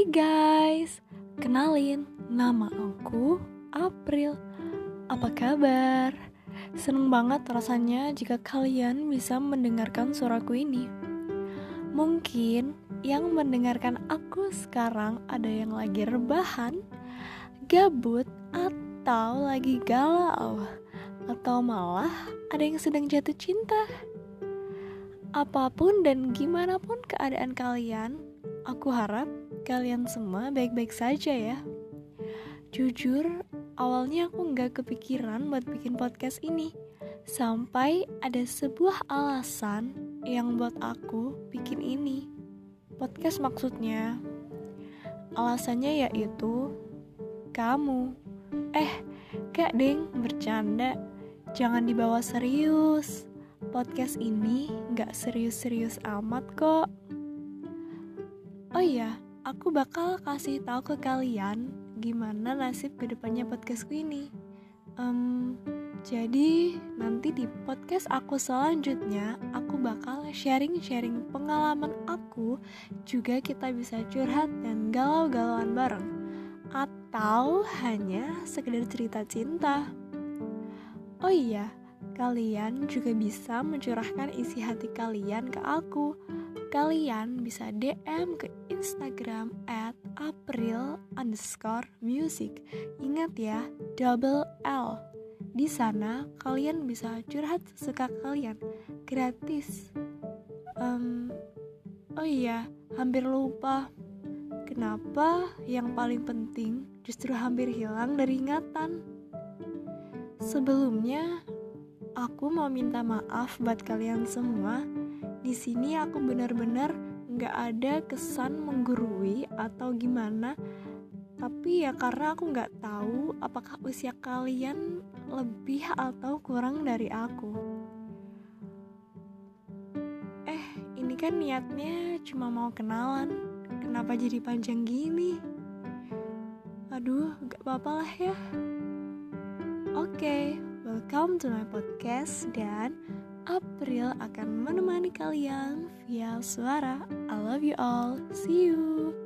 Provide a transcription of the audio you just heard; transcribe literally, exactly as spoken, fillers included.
Hai guys, kenalin, nama aku April. Apa kabar? Seneng banget rasanya jika kalian bisa mendengarkan suaraku ini. Mungkin yang mendengarkan aku sekarang ada yang lagi rebahan, gabut, atau lagi galau, atau malah ada yang sedang jatuh cinta. Apapun dan gimana pun keadaan kalian, aku harap kalian semua baik-baik saja ya. Jujur, awalnya aku gak kepikiran buat bikin podcast ini, sampai ada sebuah alasan yang buat aku bikin ini. Podcast maksudnya. Alasannya yaitu kamu. Eh, gak deng, bercanda. Jangan dibawa serius. Podcast ini gak serius-serius amat kok. Oh iya, aku bakal kasih tahu ke kalian gimana nasib kedepannya podcastku ini. Um, jadi nanti di podcast aku selanjutnya aku bakal sharing-sharing pengalaman aku, juga kita bisa curhat dan galau-galauan bareng, atau hanya sekedar cerita cinta. Oh iya, kalian juga bisa mencurahkan isi hati kalian ke aku. Kalian bisa D M ke Instagram at april underscore music. Ingat ya, double L. Di sana kalian bisa curhat sesuka kalian, gratis. Um, oh iya, hampir lupa. Kenapa yang paling penting justru hampir hilang dari ingatan? Sebelumnya, aku mau minta maaf buat kalian semua. Di sini aku benar-benar nggak ada kesan menggurui atau gimana, tapi ya karena aku nggak tahu apakah usia kalian lebih atau kurang dari aku. Eh, ini kan niatnya cuma mau kenalan, kenapa jadi panjang gini? Aduh, nggak apa-apa lah ya. Oke, okay, welcome to my podcast dan April akan menemani kalian via suara. I love you all. See you.